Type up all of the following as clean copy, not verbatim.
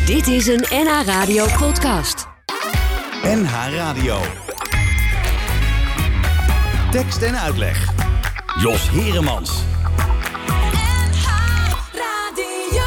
Dit is een NH Radio podcast. NH Radio. Tekst en uitleg. Jos Heremans. NH Radio.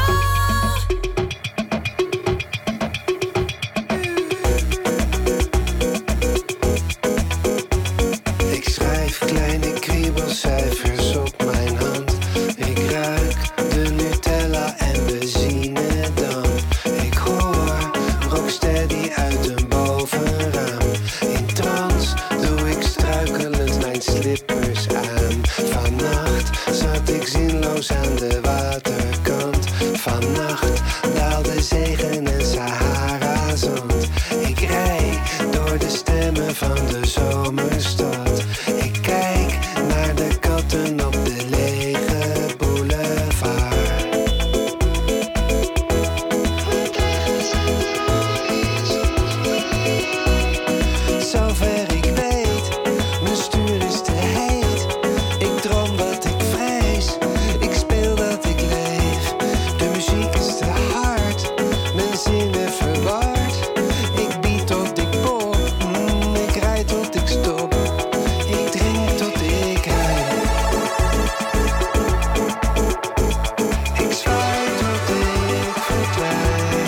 Ik schrijf kleine kriebelcijfers op mijn hand. Ik ruik de Nutella en benzinedamp. Ik hoor Rocksteady uit een bovenraam. In trance doe ik struikelend mijn slippers aan. Vannacht zat ik zinloos aan de waterkant. Vannacht daalde zegen en Sahara-zand. Ik rij door de stemmen van de zomerstad. Ik kijk naar de katten op de lege boulevard. Zover ik weet, mijn stuur is te heet. Ik droom wat ik vrees, ik speel dat ik leef. De muziek is te hard, mijn zinnen verward. Ik bied tot ik pop, ik rijd tot ik stop. Ik drink tot ik huil. Ik zwaai tot ik verdwijn.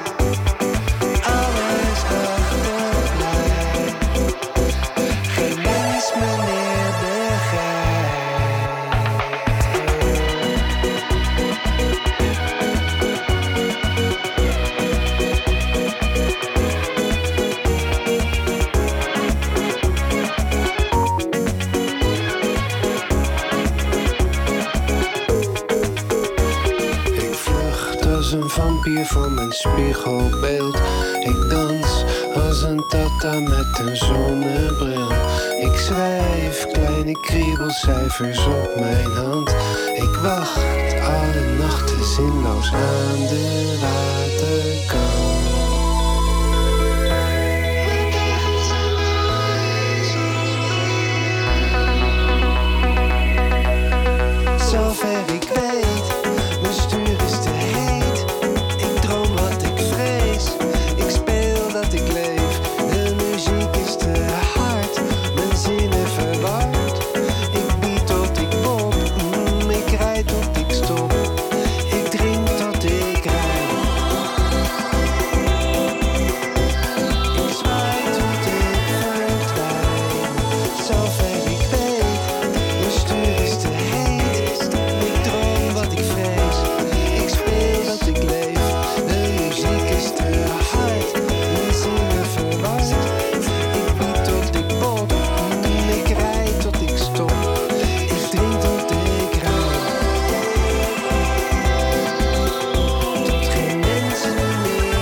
Alles achterblijft. Geen mens me meer begrijpt. Ik vlucht als een vampier voor mijn spiegelbeeld. Ik dans als een tata met een zonnebril. Ik schrijf kleine kriebelcijfers op mijn hand. Ik wacht alle nachten zinloos aan de waterkant. Zover ik weet, mijn stuur is te heet. Ik droom wat ik vrees, ik speel dat ik leef. De muziek is te hard, mijn zinnen verward. Ik bied tot ik pop, ik rijd tot ik stop. Ik drink tot ik rijd. Ik zwaai tot ik verdwijn. Zover ik weet, mijn stuur is te heet. Ik droom wat ik vrees, ik speel dat ik leef. De muziek is te hard, mijn zinnen verward. Ik bied tot ik pop, ik rijd tot ik stop. Ik drink tot ik rijd. Tot geen mensen meer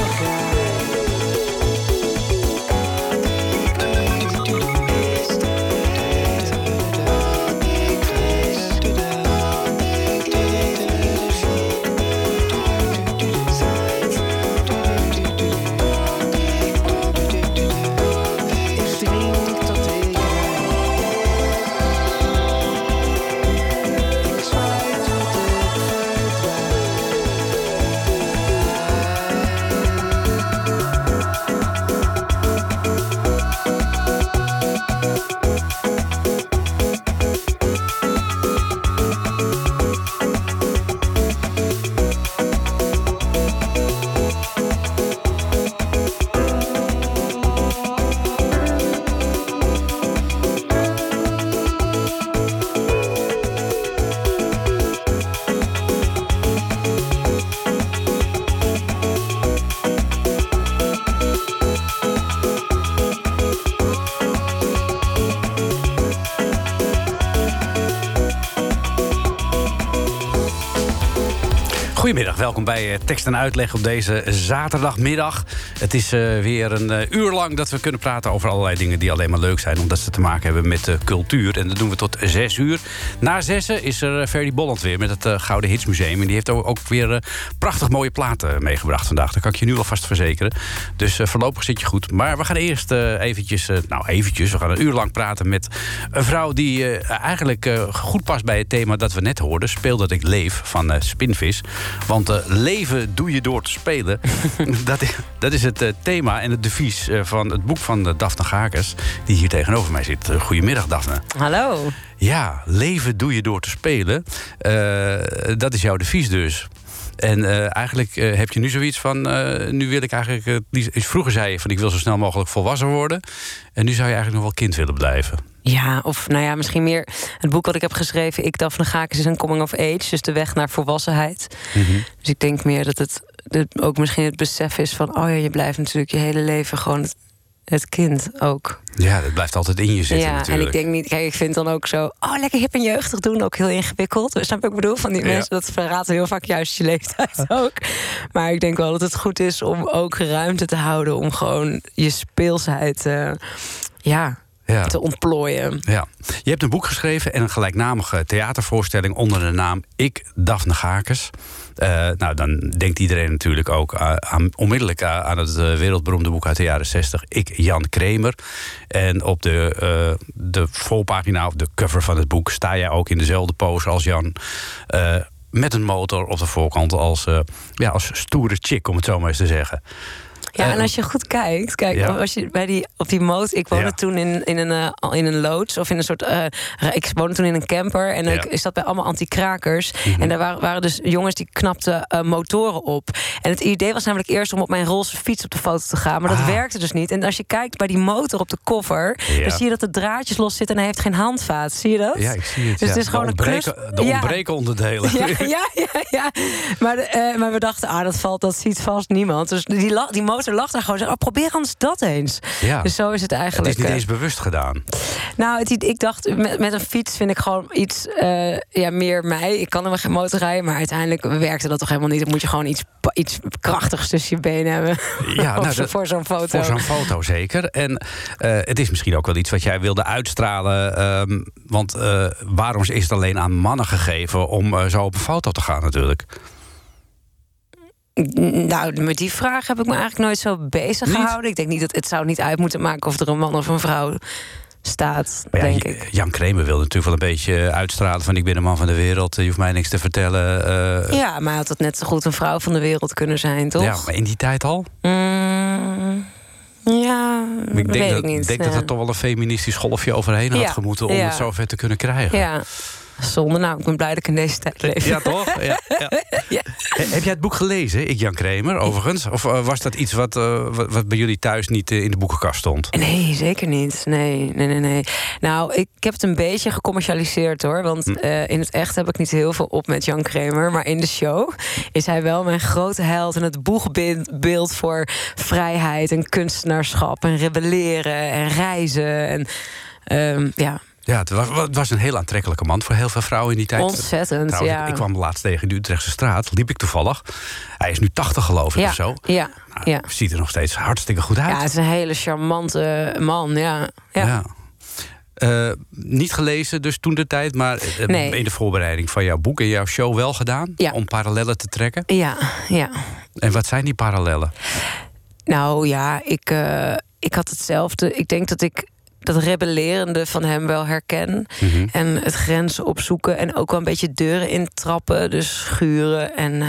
Goedemiddag, welkom bij Tekst en Uitleg op deze zaterdagmiddag. Het is weer een uur lang dat we kunnen praten over allerlei dingen die alleen maar leuk zijn, omdat ze te maken hebben met cultuur. En dat doen we tot 6 uur. Na 6 is er Ferdy Bolland weer met het Gouden Hitsmuseum. En die heeft ook weer prachtig mooie platen meegebracht vandaag. Dat kan ik je nu alvast verzekeren. Dus voorlopig zit je goed. Maar we gaan eerst eventjes, we gaan een uur lang praten met een vrouw die eigenlijk goed past bij het thema dat we net hoorden. Speel dat ik leef van Spinvis. Want leven doe je door te spelen. dat is het thema en het devies van het boek van Daphne Gakes, die hier tegenover mij zit. Goedemiddag, Daphne. Hallo. Ja, leven doe je door te spelen. Dat is jouw devies dus. En eigenlijk heb je nu zoiets van, nu wil ik eigenlijk... vroeger zei je van, ik wil zo snel mogelijk volwassen worden. En nu zou je eigenlijk nog wel kind willen blijven. Ja, of nou ja, misschien meer het boek wat ik heb geschreven, Ik, Daphne Gakes, is een coming of age. Dus de weg naar volwassenheid. Mm-hmm. Dus ik denk meer dat het ook misschien het besef is van, oh ja, je blijft natuurlijk je hele leven gewoon het kind ook. Ja, dat blijft altijd in je zitten natuurlijk. En ik denk niet, kijk, ik vind dan ook zo, lekker hip en jeugdig doen, ook heel ingewikkeld. Snap je wat ik bedoel? Van die mensen, dat verraten heel vaak juist je leeftijd ook. Maar ik denk wel dat het goed is om ook ruimte te houden om gewoon je speelsheid te ontplooien. Ja. Je hebt een boek geschreven en een gelijknamige theatervoorstelling onder de naam Ik, Daphne Gakes. Dan denkt iedereen natuurlijk ook onmiddellijk aan het wereldberoemde boek uit de jaren 60... Ik, Jan Kramer. En op de voorpagina, of de cover van het boek, sta jij ook in dezelfde pose als Jan. Met een motor op de voorkant als stoere chick, om het zo maar eens te zeggen. Ja, en als je goed kijkt, als je op die moot, ik woonde toen in een loods of in een soort. Ik woonde toen in een camper en ik zat bij allemaal anti-krakers. Mm-hmm. En daar waren dus jongens die knapten motoren op. En het idee was namelijk eerst om op mijn roze fiets op de foto te gaan, maar dat werkte dus niet. En als je kijkt bij die motor op de koffer, dan zie je dat de draadjes los zitten en hij heeft geen handvaat. Zie je dat? Ja, ik zie het. Dus het is gewoon de ontbreken onderdelen. Ja. Maar we dachten, dat ziet vast niemand. Dus die motor lag daar gewoon. Probeer anders dat eens. Ja. Dus zo is het eigenlijk. Het is niet eens bewust gedaan. Nou, ik dacht, met een fiets vind ik gewoon iets meer mij. Ik kan helemaal geen motor rijden, maar uiteindelijk werkte dat toch helemaal niet. Dan moet je gewoon iets krachtigs tussen je benen hebben. Ja, voor zo'n foto. Voor zo'n foto zeker. En het is misschien ook wel iets wat jij wilde uitstralen. Want waarom is het alleen aan mannen gegeven om zo op een foto te gaan natuurlijk? Nou, met die vraag heb ik me eigenlijk nooit zo bezig gehouden. Ik denk niet dat het zou niet uit moeten maken of er een man of een vrouw staat, denk ik. Jan Kramer wil natuurlijk wel een beetje uitstralen van, ik ben een man van de wereld, je hoeft mij niks te vertellen. Ja, maar had het net zo goed een vrouw van de wereld kunnen zijn, toch? Ja, maar in die tijd al? Ik denk dat er toch wel een feministisch golfje overheen had gemoeten om het zover te kunnen krijgen. Ja. Zonde, ik ben blij dat ik in deze tijd leef. Ja, toch? Ja. Heb jij het boek gelezen, Ik, Jan Kramer, overigens? Of was dat iets wat bij jullie thuis niet in de boekenkast stond? Nee, zeker niet. Nee. Nou, ik heb het een beetje gecommercialiseerd, hoor. Want in het echt heb ik niet heel veel op met Jan Kramer. Maar in de show is hij wel mijn grote held en het boegbeeld voor vrijheid en kunstenaarschap en rebelleren en reizen. Ja, het was een heel aantrekkelijke man voor heel veel vrouwen in die tijd. Ontzettend, trouwens, ik kwam laatst tegen in de Utrechtse straat. Liep ik toevallig. Hij is nu 80, geloof ik, of zo. Ja. Ziet er nog steeds hartstikke goed uit. Ja, het is een hele charmante man, ja. Niet gelezen dus toen de tijd, maar in de voorbereiding van jouw boek en jouw show wel gedaan? Ja. Om parallellen te trekken? Ja. En wat zijn die parallellen? Nou ja, ik had hetzelfde. Ik denk dat ik dat rebellerende van hem wel herken. Mm-hmm. En het grenzen opzoeken en ook wel een beetje deuren intrappen. Dus schuren en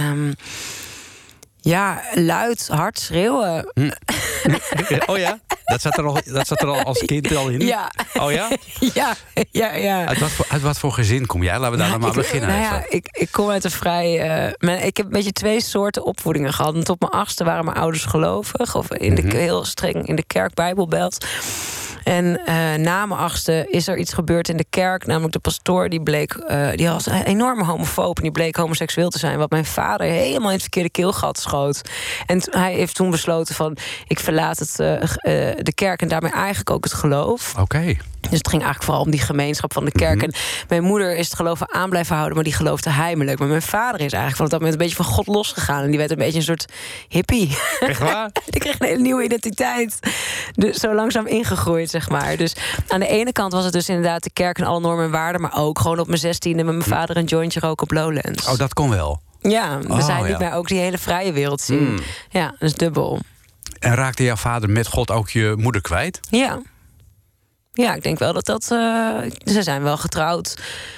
luid, hard schreeuwen. Oh ja? Dat zat er al als kind al in? Ja. Oh ja? Ja. Uit wat voor gezin kom jij? Laten we daar maar beginnen. Ik kom uit een vrij... ik heb een beetje 2 soorten opvoedingen gehad. En tot mijn 8e waren mijn ouders gelovig. Of heel streng in de kerk, Bijbelbelt. En na mijn 8e is er iets gebeurd in de kerk. Namelijk de pastoor die was een enorme homofoob. En die bleek homoseksueel te zijn. Wat mijn vader helemaal in het verkeerde keelgat schoot. En hij heeft toen besloten van, ik verlaat de kerk en daarmee eigenlijk ook het geloof. Oké. Dus het ging eigenlijk vooral om die gemeenschap van de kerk. Mm-hmm. En mijn moeder is het geloven aan blijven houden, maar die geloofde heimelijk. Maar mijn vader is eigenlijk van dat moment een beetje van God losgegaan. En die werd een beetje een soort hippie. Echt waar? Die kreeg een hele nieuwe identiteit. Dus zo langzaam ingegroeid, zeg maar. Dus aan de ene kant was het dus inderdaad de kerk en alle normen en waarden, maar ook gewoon op mijn 16e met mijn vader een jointje roken op Lowlands. Oh, dat kon wel? Ja, we zijn niet meer ook die hele vrije wereld zien. Ja, dat is dubbel. En raakte jouw vader met God ook je moeder kwijt? Ja. Ja, ik denk wel dat ze zijn wel getrouwd.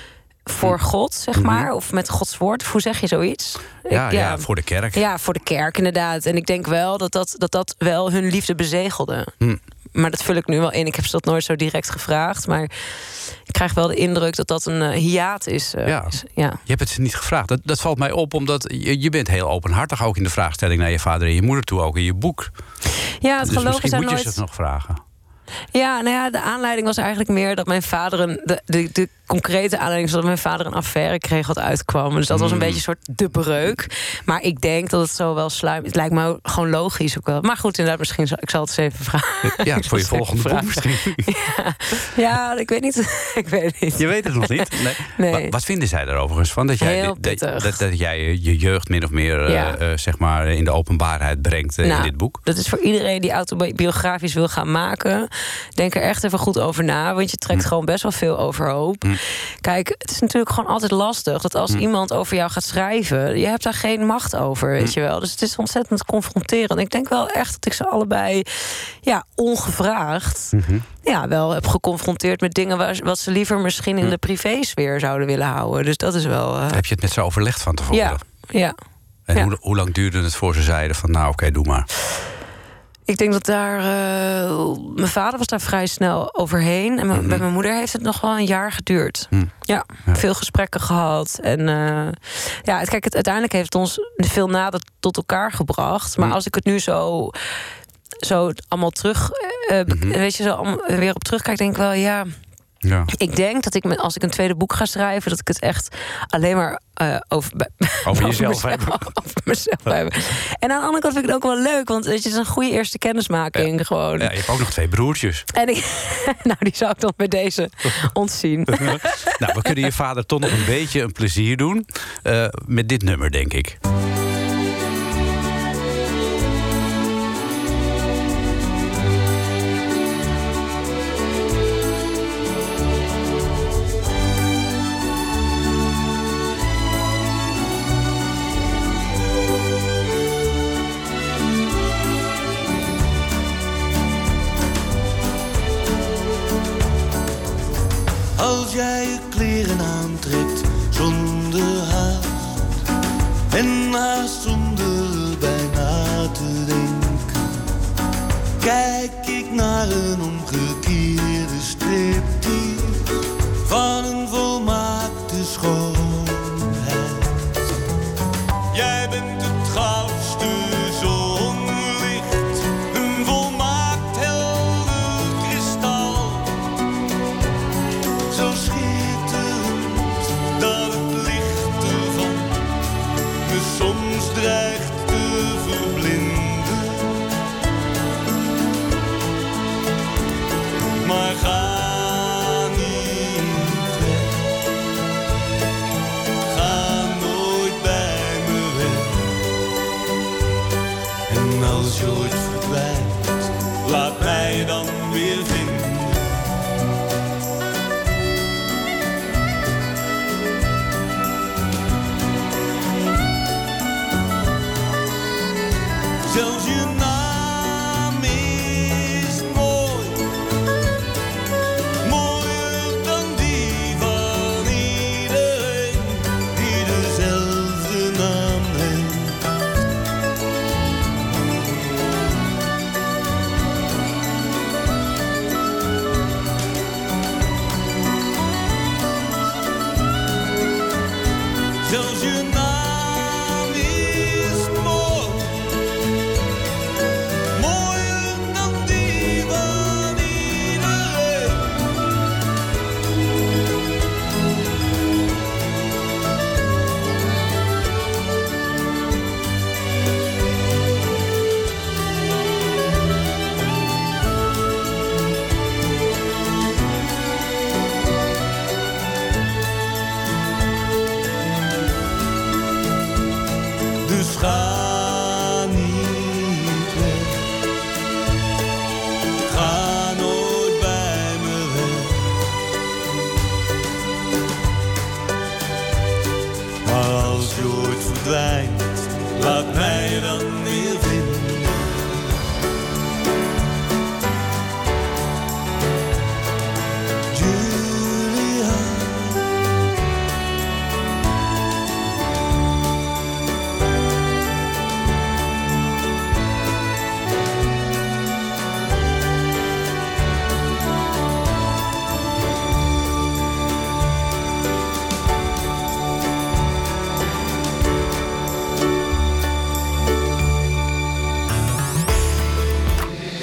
voor God, zeg maar. Of met Gods woord. Hoe zeg je zoiets? Ja, voor de kerk. Ja, voor de kerk, inderdaad. En ik denk wel dat wel hun liefde bezegelde. Maar dat vul ik nu wel in. Ik heb ze dat nooit zo direct gevraagd. Maar ik krijg wel de indruk dat dat een hiaat is. Ja. Je hebt het ze niet gevraagd. Dat valt mij op, omdat je bent heel openhartig... ook in de vraagstelling naar je vader en je moeder toe. Ook in je boek. Ja, het dus geloven misschien zijn moet je nooit... ze het nog vragen. Ja, nou ja, de aanleiding was eigenlijk meer dat mijn vader de concrete aanleiding was dat mijn vader een affaire kreeg wat uitkwam. Dus dat was een beetje een soort de breuk. Maar ik denk dat het zo wel sluimt. Het lijkt me ook gewoon logisch ook wel. Maar goed, inderdaad, misschien ik zal het eens even vragen. Ja, voor je volgende boek misschien. Ja, ik weet niet. Ik weet het niet. Je weet het nog niet? Nee. Wat vinden zij er overigens van? Dat jij, dat jij je jeugd min of meer zeg maar in de openbaarheid brengt in dit boek? Dat is voor iedereen die autobiografisch wil gaan maken. Denk er echt even goed over na. Want je trekt gewoon best wel veel overhoop. Kijk, het is natuurlijk gewoon altijd lastig dat als iemand over jou gaat schrijven, je hebt daar geen macht over, weet je wel. Dus het is ontzettend confronterend. Ik denk wel echt dat ik ze allebei ongevraagd wel heb geconfronteerd met dingen wat ze liever misschien in de privésfeer zouden willen houden. Dus dat is wel... Heb je het met ze overlegd van tevoren? Ja. En hoe lang duurde het voor ze zeiden van nou oké, doe maar? Ik denk dat daar... mijn vader was daar vrij snel overheen. En bij mijn moeder heeft het nog wel een jaar geduurd. Ja, veel gesprekken gehad. En kijk, uiteindelijk heeft het ons veel nader tot elkaar gebracht. Maar als ik het nu zo allemaal terug... weet je, zo weer op terugkijk, denk ik wel, ja... Ik denk dat als ik een tweede boek ga schrijven, dat ik het echt alleen maar over jezelf hebben. Over mezelf hebben. En aan de andere kant vind ik het ook wel leuk, want het is een goede eerste kennismaking gewoon. Ja, je hebt ook nog 2 broertjes. En die zou ik dan bij deze ontzien. Nou, we kunnen je vader toch nog een beetje een plezier doen met dit nummer, denk ik. Als jij je kleren aantrekt zonder haast en haast zonder bij na te denken, kijk ik naar een omgekeerde striptease van een volmaakte schoonheid. Jij bent het goudste zonlicht, een volmaakt helder kristal. Zo schitterend dat het licht ervan me soms dreigt te verblinden. Maar ga niet weg, ga nooit bij me weg. En als je ooit verdwijnt, laat mij dan weer vinden. Zelfs je naam is mooi, mooier dan die van iedereen die dezelfde naam heeft. Zelfs je naam is mooi.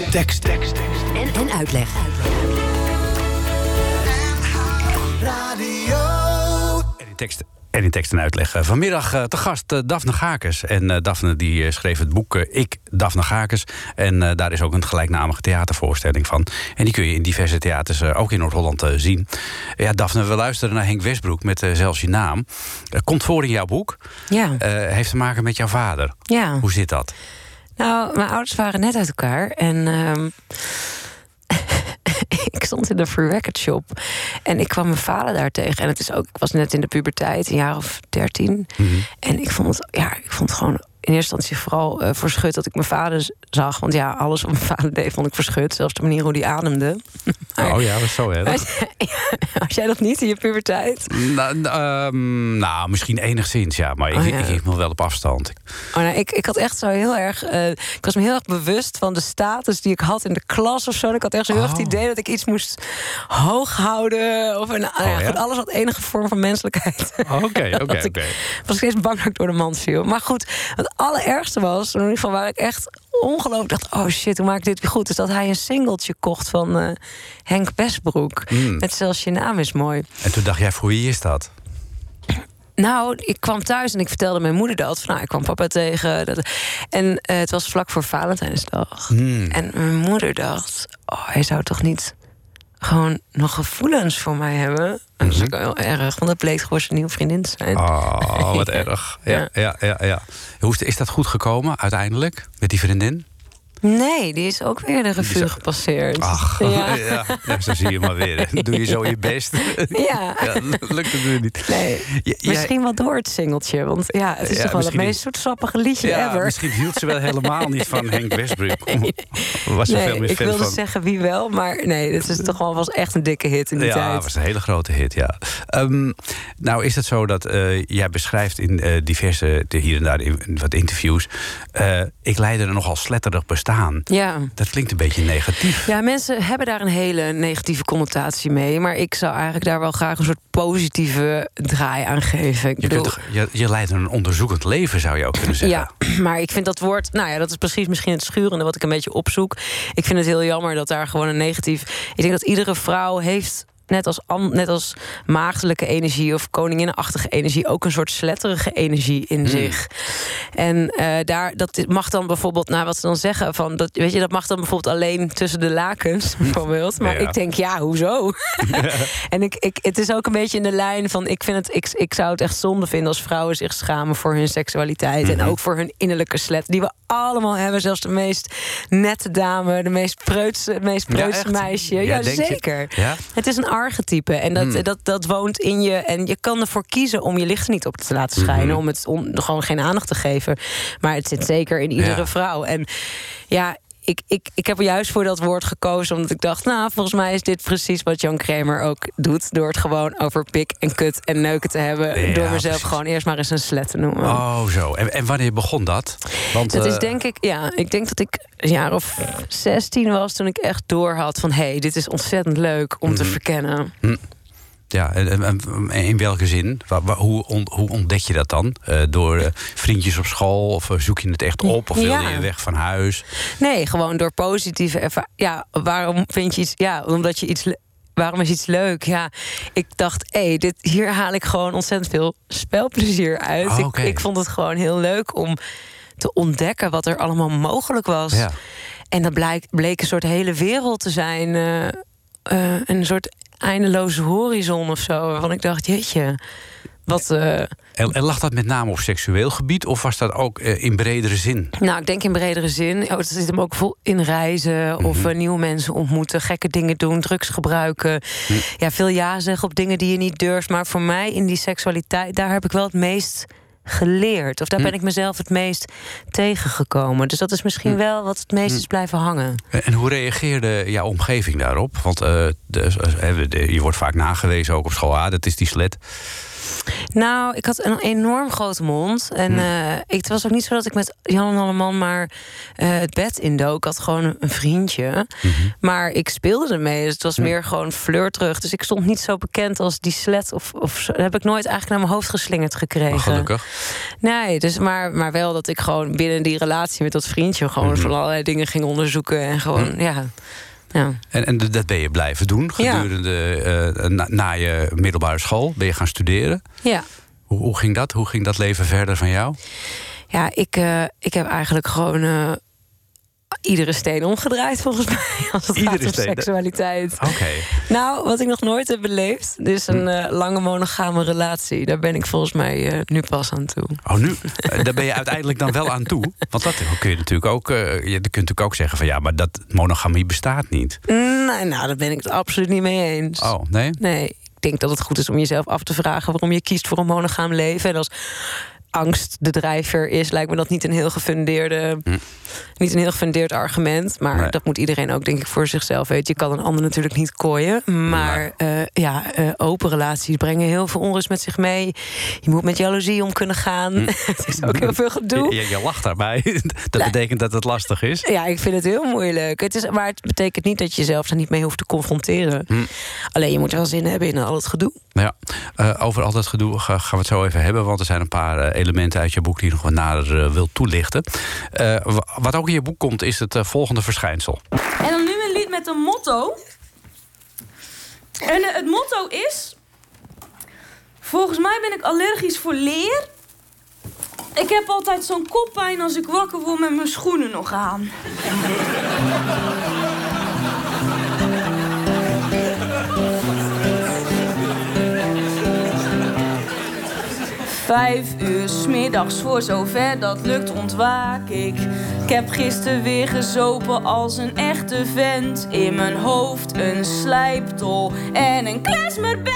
Tekst. En uitleg. En in tekst en uitleg. Vanmiddag te gast Daphne Gakes. En Daphne die schreef het boek Ik, Daphne Gakes. En daar is ook een gelijknamige theatervoorstelling van. En die kun je in diverse theaters, ook in Noord-Holland, zien. Ja, Daphne, we luisteren naar Henk Westbroek met Zelfs je naam. Komt voor in jouw boek. Ja. Heeft te maken met jouw vader. Ja. Hoe zit dat? Nou, mijn ouders waren net uit elkaar. En ik stond in de free record shop. En ik kwam mijn vader daar tegen. En het is ook, ik was net in de puberteit, een jaar of 13. Mm-hmm. En ik vond het gewoon in eerste instantie vooral verschut dat ik mijn vader zag. Want ja, alles wat mijn vader deed vond ik verschut. Zelfs de manier hoe hij ademde. Maar, Oh ja, was zo hè? Had jij dat niet in je puberteit? Nou, misschien enigszins, ja. Maar ik hield me wel op afstand. Ik had echt zo heel erg... ik was me heel erg bewust van de status die ik had in de klas of zo. Ik had echt zo heel erg het idee dat ik iets moest hoog houden. Of goed, alles had enige vorm van menselijkheid. Oké. Ik was steeds bang dat ik door de mand viel. Maar goed, het allerergste was, in ieder geval waar ik echt ongelooflijk dacht, oh shit, hoe maak ik dit weer goed? Is dat hij een singeltje kocht van Henk Westbroek. Met Zelfs je naam is mooi. En toen dacht jij, voor wie is dat? Nou, ik kwam thuis en ik vertelde mijn moeder dat. Van, ik kwam papa tegen. En het was vlak voor Valentijnsdag. En mijn moeder dacht, hij zou toch niet gewoon nog gevoelens voor mij hebben? En dat is ook heel erg, want dat bleek gewoon zijn nieuwe vriendin te zijn. Oh, wat erg. Ja. Hoe is dat goed gekomen uiteindelijk met die vriendin? Nee, die is ook weer de revue gepasseerd. Ach, ja, zo zie je maar weer. Doe je zo je best. Ja. Lukt het nu niet. Nee, misschien wel door het singeltje. Want ja, het is toch wel het meest zoetsappige liedje ever. Misschien hield ze wel helemaal niet van Henk Westbroek. Was veel meer ik wilde van zeggen wie wel, maar nee, het is toch wel, was echt een dikke hit in die tijd. Ja, het was een hele grote hit, ja. Nou is het zo dat jij beschrijft in diverse, hier en daar in wat interviews, ik leidde er nogal sletterig bestaan. Ja. Dat klinkt een beetje negatief. Ja, mensen hebben daar een hele negatieve connotatie mee. Maar ik zou eigenlijk daar wel graag een soort positieve draai aan geven. Je leidt een onderzoekend leven, zou je ook kunnen zeggen. Ja, maar ik vind dat woord, nou ja, dat is precies misschien het schurende wat ik een beetje opzoek. Ik vind het heel jammer dat daar gewoon een negatief... Ik denk dat iedere vrouw heeft, net als maagdelijke energie of koninginnenachtige energie, ook een soort sletterige energie in zich. En dat mag dan bijvoorbeeld, wat ze dan zeggen, van dat, weet je, dat mag dan bijvoorbeeld alleen tussen de lakens, bijvoorbeeld. Maar ik denk, hoezo? En het is ook een beetje in de lijn van, ik zou het echt zonde vinden als vrouwen zich schamen voor hun seksualiteit en ook voor hun innerlijke slet, die we allemaal hebben. Zelfs de meest nette dame, het meest preutse meisje. Ja, zeker. Ja? Het is een archetype en dat woont in je. En je kan ervoor kiezen om je licht er niet op te laten schijnen, om gewoon geen aandacht te geven. Maar het zit zeker in iedere vrouw. En ja, ik heb er juist voor dat woord gekozen, omdat ik dacht, volgens mij is dit precies wat Jan Kramer ook doet, door het gewoon over pik en kut en neuken te hebben, door mezelf gewoon eerst maar eens een slet te noemen. Oh, zo. En wanneer begon dat? Want dat is denk ik, ik denk dat ik een jaar of 16 was toen ik echt doorhad van, dit is ontzettend leuk om te verkennen. Ja, en in welke zin? Hoe ontdek je dat dan? Door vriendjes op school? Of zoek je het echt op? Of wil je weg van huis? Nee, gewoon door positieve ervaring. Ja, waarom vind je iets... Ja, omdat je iets... Waarom is iets leuk? Ja, ik dacht, hier haal ik gewoon ontzettend veel spelplezier uit. Ik vond het gewoon heel leuk om te ontdekken wat er allemaal mogelijk was. Ja. En dat bleek een soort hele wereld te zijn. Een soort eindeloze horizon of zo. Waarvan ik dacht, jeetje, wat... En lag dat met name op seksueel gebied? Of was dat ook in bredere zin? Nou, ik denk in bredere zin. Het zit hem ook vol in reizen. Of nieuwe mensen ontmoeten. Gekke dingen doen. Drugs gebruiken. Ja, veel ja zeggen op dingen die je niet durft. Maar voor mij in die seksualiteit, daar heb ik wel het meest geleerd. Of daar ben ik mezelf het meest tegengekomen. Dus dat is misschien wel wat het meest is blijven hangen. En hoe reageerde jouw omgeving daarop? Want je wordt vaak nagewezen ook op school. Dat is die slet. Nou, ik had een enorm grote mond. En het was ook niet zo dat ik met Jan en Alleman maar het bed indook. Ik had gewoon een vriendje. Mm-hmm. Maar ik speelde ermee. Dus het was meer gewoon flirterig. Dus ik stond niet zo bekend als die slet. Of dat heb ik nooit eigenlijk naar mijn hoofd geslingerd gekregen. Maar gelukkig. Nee, dus maar wel dat ik gewoon binnen die relatie met dat vriendje gewoon van allerlei dingen ging onderzoeken. En gewoon, ja. En dat ben je blijven doen gedurende na je middelbare school? Ben je gaan studeren? Ja. Hoe ging dat? Hoe ging dat leven verder van jou? Ja, ik heb eigenlijk gewoon iedere steen omgedraaid volgens mij. Als het gaat om seksualiteit. Oké. Nou, wat ik nog nooit heb beleefd, dus een lange monogame relatie. Daar ben ik volgens mij nu pas aan toe. Oh, nu? Daar ben je uiteindelijk dan wel aan toe? Want dat kun je natuurlijk ook. Je kunt natuurlijk ook zeggen van ja, maar dat monogamie bestaat niet. Nee, nou, daar ben ik het absoluut niet mee eens. Oh, nee? Nee, ik denk dat het goed is om jezelf af te vragen waarom je kiest voor een monogaam leven. En als angst de drijver is, lijkt me dat niet een heel gefundeerd argument. Maar dat moet iedereen ook, denk ik, voor zichzelf weten. Je kan een ander natuurlijk niet kooien. Maar open relaties brengen heel veel onrust met zich mee. Je moet met jaloezie om kunnen gaan. Het is ook heel veel gedoe. Je lacht daarbij. Dat betekent dat het lastig is. Ja, ik vind het heel moeilijk. Maar het betekent niet dat je jezelf daar niet mee hoeft te confronteren. Alleen je moet wel zin hebben in al het gedoe. Ja, over al dat gedoe gaan we het zo even hebben. Want er zijn een paar elementen uit je boek die je nog wat nader wil toelichten. Wat ook in je boek komt is het volgende verschijnsel. En dan nu een lied met een motto. En het motto is: volgens mij ben ik allergisch voor leer. Ik heb altijd zo'n koppijn als ik wakker word met mijn schoenen nog aan. 5 uur 's middags voor zover dat lukt ontwaak ik. Ik heb gisteren weer gezopen als een echte vent. In mijn hoofd een slijptol en een klezmerband.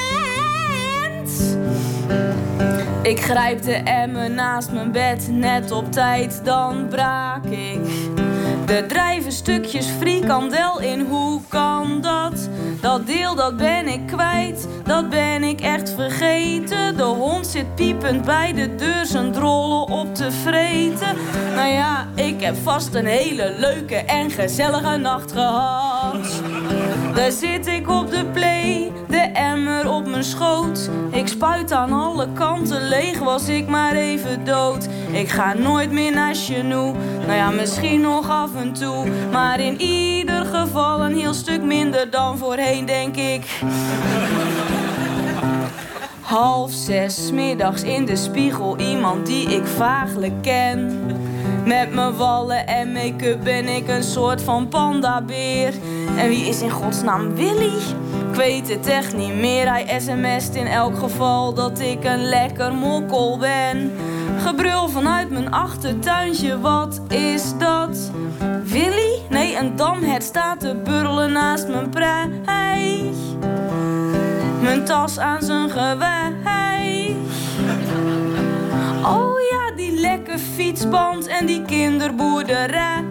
Ik grijp de emmer naast mijn bed, net op tijd dan braak ik. Er drijven stukjes frikandel in, hoe kan dat? Dat deel dat ben ik kwijt, dat ben ik echt vergeten. De hond zit piepend bij de deur zijn drollen op te vreten. Nou ja, ik heb vast een hele leuke en gezellige nacht gehad. Daar zit ik op de play, de emmer op mijn schoot. Ik spuit aan alle kanten leeg, was ik maar even dood. Ik ga nooit meer naar Genoeg, nou ja, misschien nog af en toe. Maar in ieder geval een heel stuk minder dan voorheen, denk ik. 5:30 's middags in de spiegel, iemand die ik vaaglijk ken. Met mijn wallen en make-up ben ik een soort van pandabeer. En wie is in godsnaam Willy? Ik weet het echt niet meer. Hij sms't in elk geval dat ik een lekker mokkel ben. Gebrul vanuit mijn achtertuintje, wat is dat? Willy? Nee, een damhert staat te burrelen naast mijn prei. Mijn tas aan zijn gewei. Oh ja, die lekke fietsband en die kinderboerderij.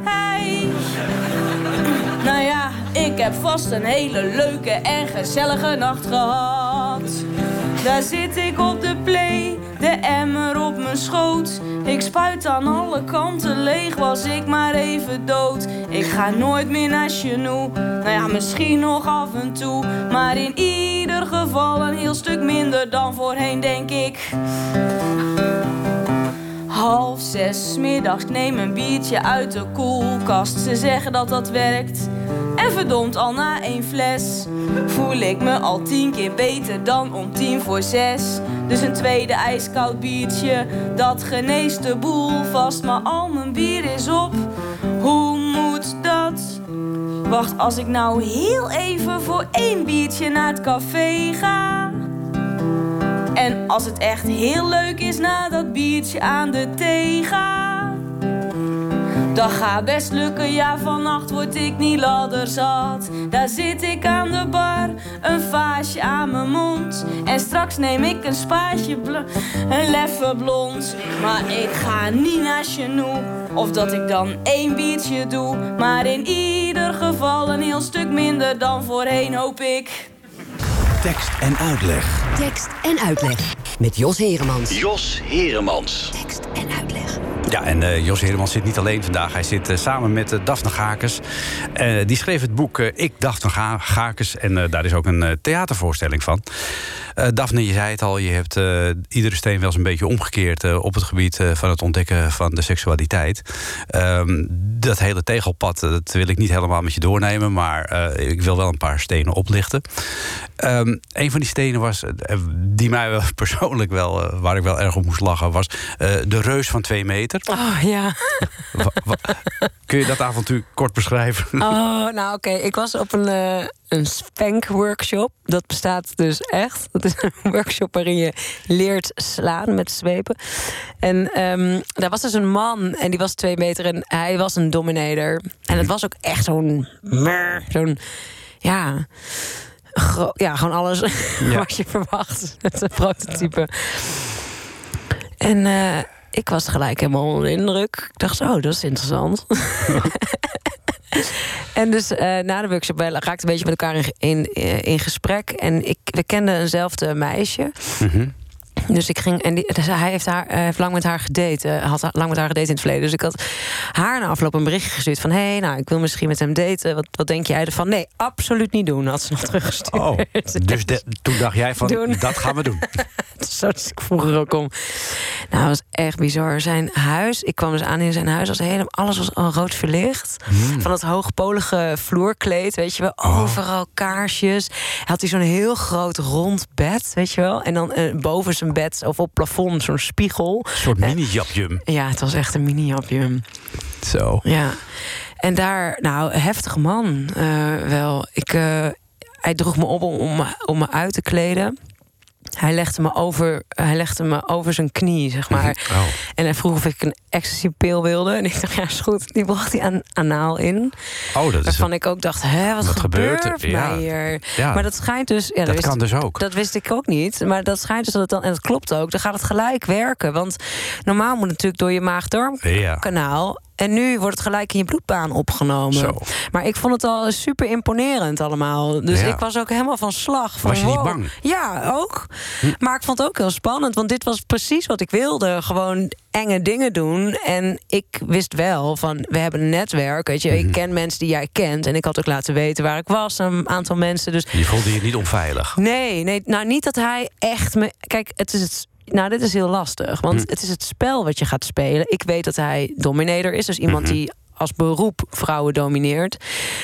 Nou ja, ik heb vast een hele leuke en gezellige nacht gehad. Daar zit ik op de play, de emmer op mijn schoot. Ik spuit aan alle kanten leeg, was ik maar even dood. Ik ga nooit meer naar Genoeg, nou ja, misschien nog af en toe. Maar in ieder geval een heel stuk minder dan voorheen, denk ik. 5:30 's middags, ik neem een biertje uit de koelkast. Ze zeggen dat dat werkt. En verdomd, al na 1 fles voel ik me al 10 keer beter dan om 5:45. Dus een tweede ijskoud biertje, dat geneest de boel vast. Maar al mijn bier is op, hoe moet dat? Wacht, als ik nou heel even voor 1 biertje naar het café ga. En als het echt heel leuk is na dat biertje aan de thee ga. Dat gaat best lukken, ja, vannacht word ik niet ladderzat. Daar zit ik aan de bar, een vaasje aan mijn mond. En straks neem ik een spaatje, een leffe blond. Maar ik ga niet naar Genoeg, of dat ik dan 1 biertje doe. Maar in ieder geval een heel stuk minder dan voorheen, hoop ik. Tekst en uitleg. Tekst en uitleg. Met Jos Heremans. Jos Heremans. Tekst en uitleg. Ja, en Jos Heremans zit niet alleen vandaag. Hij zit samen met Daphne Gakes. Die schreef het boek Ik, Daphne Gakes. En daar is ook een theatervoorstelling van. Daphne, je zei het al, je hebt iedere steen wel eens een beetje omgekeerd op het gebied van het ontdekken van de seksualiteit. Dat hele tegelpad, dat wil ik niet helemaal met je doornemen, maar ik wil wel een paar stenen oplichten. Een van die stenen was, die mij wel persoonlijk wel, waar ik wel erg op moest lachen, was de reus van 2 meter. Oh, ja. Kun je dat avontuur kort beschrijven? Oh, nou oké. Ik was op een spank-workshop. Dat bestaat dus echt. Dat is een workshop waarin je leert slaan met zwepen. En daar was dus een man en die was 2 meter en hij was een dominator. En het was ook echt zo'n ja, gewoon alles wat je verwacht. Het prototype. En ik was gelijk helemaal onder de indruk. Ik dacht, dat is interessant. En dus na de workshop raakte een beetje met elkaar in gesprek. En we kenden eenzelfde meisje. Mm-hmm. Dus ik ging. En hij heeft lang met haar gedate. Had lang met haar gedate in het verleden. Dus ik had haar na afloop een berichtje gestuurd van: ik wil misschien met hem daten. Wat denk jij ervan? Nee, absoluut niet doen. Had ze nog teruggestuurd. Oh, dus toen dacht jij van: dat gaan we doen. Zo was ik vroeger ook om. Nou, dat was echt bizar. Zijn huis. Ik kwam dus aan in zijn huis. Alles was al rood verlicht. Van dat hoogpolige vloerkleed, weet je wel. Overal kaarsjes. Hij had zo'n heel groot rond bed, weet je wel. En dan boven zijn bed of op plafond zo'n spiegel. Een soort mini-japjum. Ja, het was echt een mini-japjum. Zo. Ja. En daar, heftige man wel. Hij droeg me op om me uit te kleden. Hij legde me over zijn knie, zeg maar. Oh. En hij vroeg of ik een ecstasy-pil wilde. En ik dacht, ja, is goed. Die bracht hij anaal in. Oh, dat waarvan ik ook dacht, wat gebeurt er mij hier? Ja. Maar dat schijnt dus... Ja, dat kan dus ook. Dat wist ik ook niet. Maar dat schijnt dus dat het dan... En dat klopt ook. Dan gaat het gelijk werken. Want normaal moet het natuurlijk door je maag-darmkanaal... En nu wordt het gelijk in je bloedbaan opgenomen. Zo. Maar ik vond het al super imponerend allemaal. Dus ik was ook helemaal van slag. Was je niet bang? Ja, ook. Maar ik vond het ook heel spannend. Want dit was precies wat ik wilde. Gewoon enge dingen doen. En ik wist wel van, we hebben een netwerk. Weet je, ik ken mensen die jij kent. En ik had ook laten weten waar ik was. Een aantal mensen. Dus je voelde je niet onveilig? Nee. Nou, niet dat hij echt me... Kijk, het is het... Nou, dit is heel lastig, want het is het spel wat je gaat spelen. Ik weet dat hij dominator is, dus iemand die als beroep vrouwen domineert.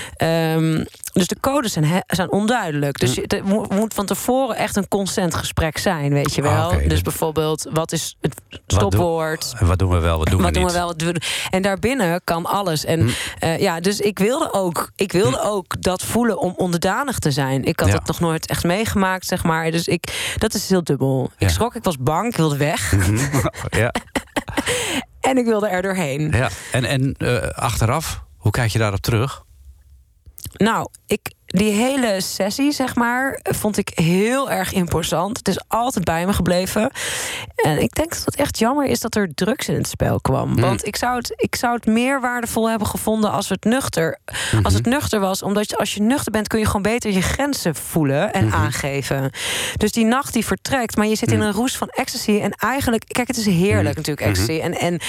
Dus de codes zijn onduidelijk. Dus het moet van tevoren echt een consent gesprek zijn, weet je wel. Okay, dus bijvoorbeeld, wat is het stopwoord? Wat doen we wel, wat doen we niet? Wat doen we. En daarbinnen kan alles. En dus ik wilde ook dat voelen om onderdanig te zijn. Ik had het nog nooit echt meegemaakt, zeg maar. Dus dat is heel dubbel. Ik schrok, ik was bang, ik wilde weg. Ja. En ik wilde er doorheen. Ja. En achteraf, hoe kijk je daarop terug? Nou, die hele sessie, zeg maar, vond ik heel erg imposant. Het is altijd bij me gebleven. En ik denk dat het echt jammer is dat er drugs in het spel kwam. Want ik zou het meer waardevol hebben gevonden als het nuchter was. Omdat als je nuchter bent, kun je gewoon beter je grenzen voelen en aangeven. Dus die nacht die vertrekt, maar je zit in een roes van ecstasy. En eigenlijk, kijk, het is heerlijk natuurlijk, ecstasy.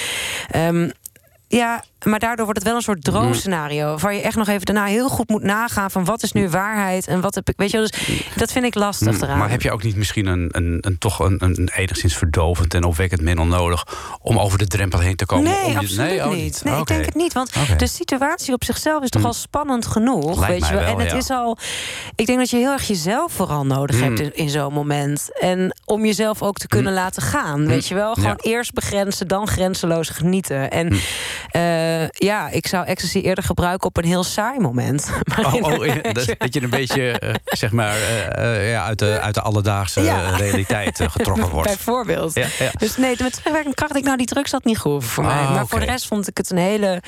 Ja, maar daardoor wordt het wel een soort droomscenario... waar je echt nog even daarna heel goed moet nagaan... van wat is nu waarheid en wat heb ik... Weet je, dus dat vind ik lastig eraan. Maar heb je ook niet misschien een enigszins verdovend... en opwekkend middel nodig om over de drempel heen te komen? Nee, absoluut niet. Nee, ik denk het niet, want de situatie op zichzelf is toch al spannend genoeg. Lijkt weet je wel. Wel, en het is al... Ik denk dat je heel erg jezelf vooral nodig hebt in zo'n moment. En om jezelf ook te kunnen laten gaan, weet je wel. Gewoon eerst begrenzen, dan grenzeloos genieten. En... ik zou ecstasy eerder gebruiken op een heel saai moment. Dat je een beetje, zeg maar, uit de alledaagse realiteit getrokken wordt. Bijvoorbeeld. Ja. Dus nee, met terugwerkende kracht, die drugs zat niet goed voor mij. Maar voor de rest vond ik het een hele...